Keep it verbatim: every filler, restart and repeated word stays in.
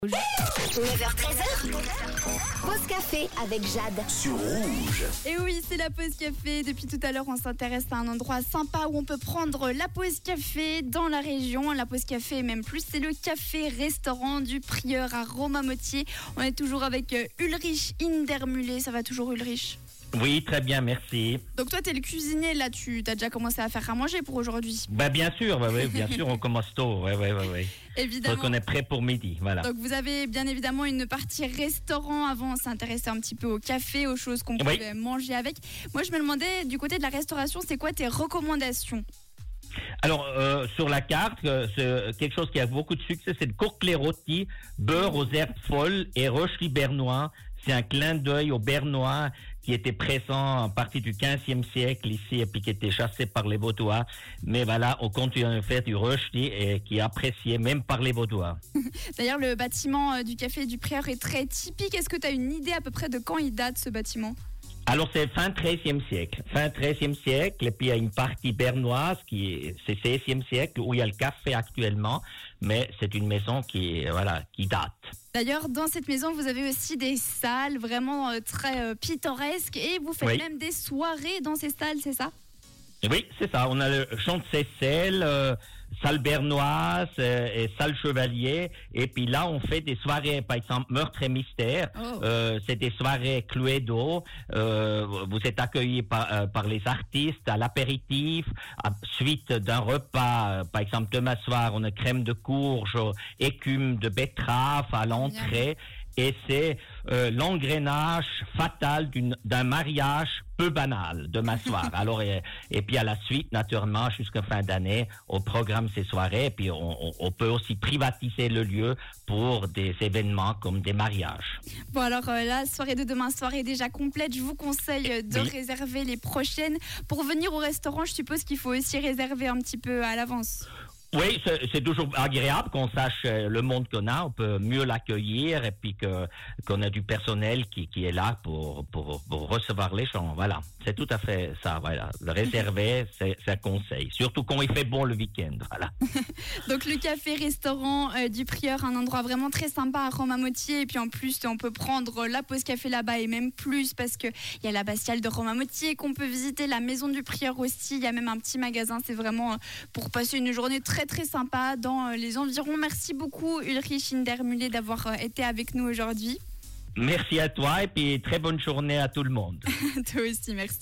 neuf heures treize, pause café avec Jade. Sur Rouge. Et oui, c'est la pause café. Depuis tout à l'heure, on s'intéresse à un endroit sympa où on peut prendre la pause café dans la région. La pause café et même plus, c'est le café-restaurant du Prieur à Romamotier. On est toujours avec Ulrich Indermulé. Ça va toujours, Ulrich? Oui, très bien, merci. Donc toi, t'es le cuisinier, là, tu as déjà commencé à faire à manger pour aujourd'hui? Bah, bien sûr, bah, oui, bien sûr, on commence tôt, ouais, ouais, ouais, ouais. Évidemment. Donc on est prêt pour midi, voilà. Donc vous avez bien évidemment une partie restaurant. Avant, on s'intéressait un petit peu au café, aux choses qu'on pouvait oui. manger avec. Moi, je me demandais, du côté de la restauration, c'est quoi tes recommandations? Alors, euh, sur la carte, euh, c'est quelque chose qui a beaucoup de succès, c'est le courgelet rôti, beurre aux herbes folles et rochelis bernois. C'est un clin d'œil aux Bernois qui étaient présents en partie du quinzième siècle ici et puis qui étaient chassés par les Vaudois. Mais voilà, on continue à faire du rochelis et qui est apprécié même par les Vaudois. D'ailleurs, le bâtiment du Café du Prieur est très typique. Est-ce que tu as une idée à peu près de quand il date, ce bâtiment? Alors c'est fin treizième siècle, fin treizième siècle, et puis il y a une partie bernoise qui est c'est seizième siècle où il y a le café actuellement, mais c'est une maison qui voilà qui date. D'ailleurs, dans cette maison, vous avez aussi des salles vraiment euh, très euh, pittoresques et vous faites oui. même des soirées dans ces salles, c'est ça? Oui, c'est ça. On a le chant de Seyssel, euh, salle bernoise euh, et salle chevalier. Et puis là, on fait des soirées, par exemple, meurtre et mystère. Oh. Euh, c'est des soirées Cluedo. Euh, vous êtes accueillis par, euh, par les artistes à l'apéritif, à suite d'un repas. Euh, par exemple, demain soir, on a crème de courge, écume de betterave à l'entrée. Et c'est euh, l'engrenage fatal d'une, d'un mariage peu banal demain soir. Alors et, et puis à la suite, naturellement, jusqu'à fin d'année, on programme ces soirées. Et puis on, on, on peut aussi privatiser le lieu pour des événements comme des mariages. Bon alors euh, la soirée de demain soir est déjà complète. Je vous conseille de oui. réserver les prochaines. Pour venir au restaurant, je suppose qu'il faut aussi réserver un petit peu à l'avance. Oui, c'est, c'est toujours agréable qu'on sache le monde qu'on a, on peut mieux l'accueillir et puis que qu'on a du personnel qui, qui est là pour, pour pour recevoir les gens. Voilà, c'est tout à fait ça. Voilà, le réserver, c'est, c'est un conseil, surtout quand il fait bon le week-end. Voilà. Donc le café-restaurant euh, du Prieur, un endroit vraiment très sympa à Romamotier et puis en plus on peut prendre la pause café là-bas et même plus parce que il y a la Bastille de Romamotier qu'on peut visiter, la maison du Prieur aussi. Il y a même un petit magasin. C'est vraiment pour passer une journée très très sympa dans les environs. Merci beaucoup Ulrich Indermulé d'avoir été avec nous aujourd'hui. Merci à toi et puis très bonne journée à tout le monde. Toi aussi, merci.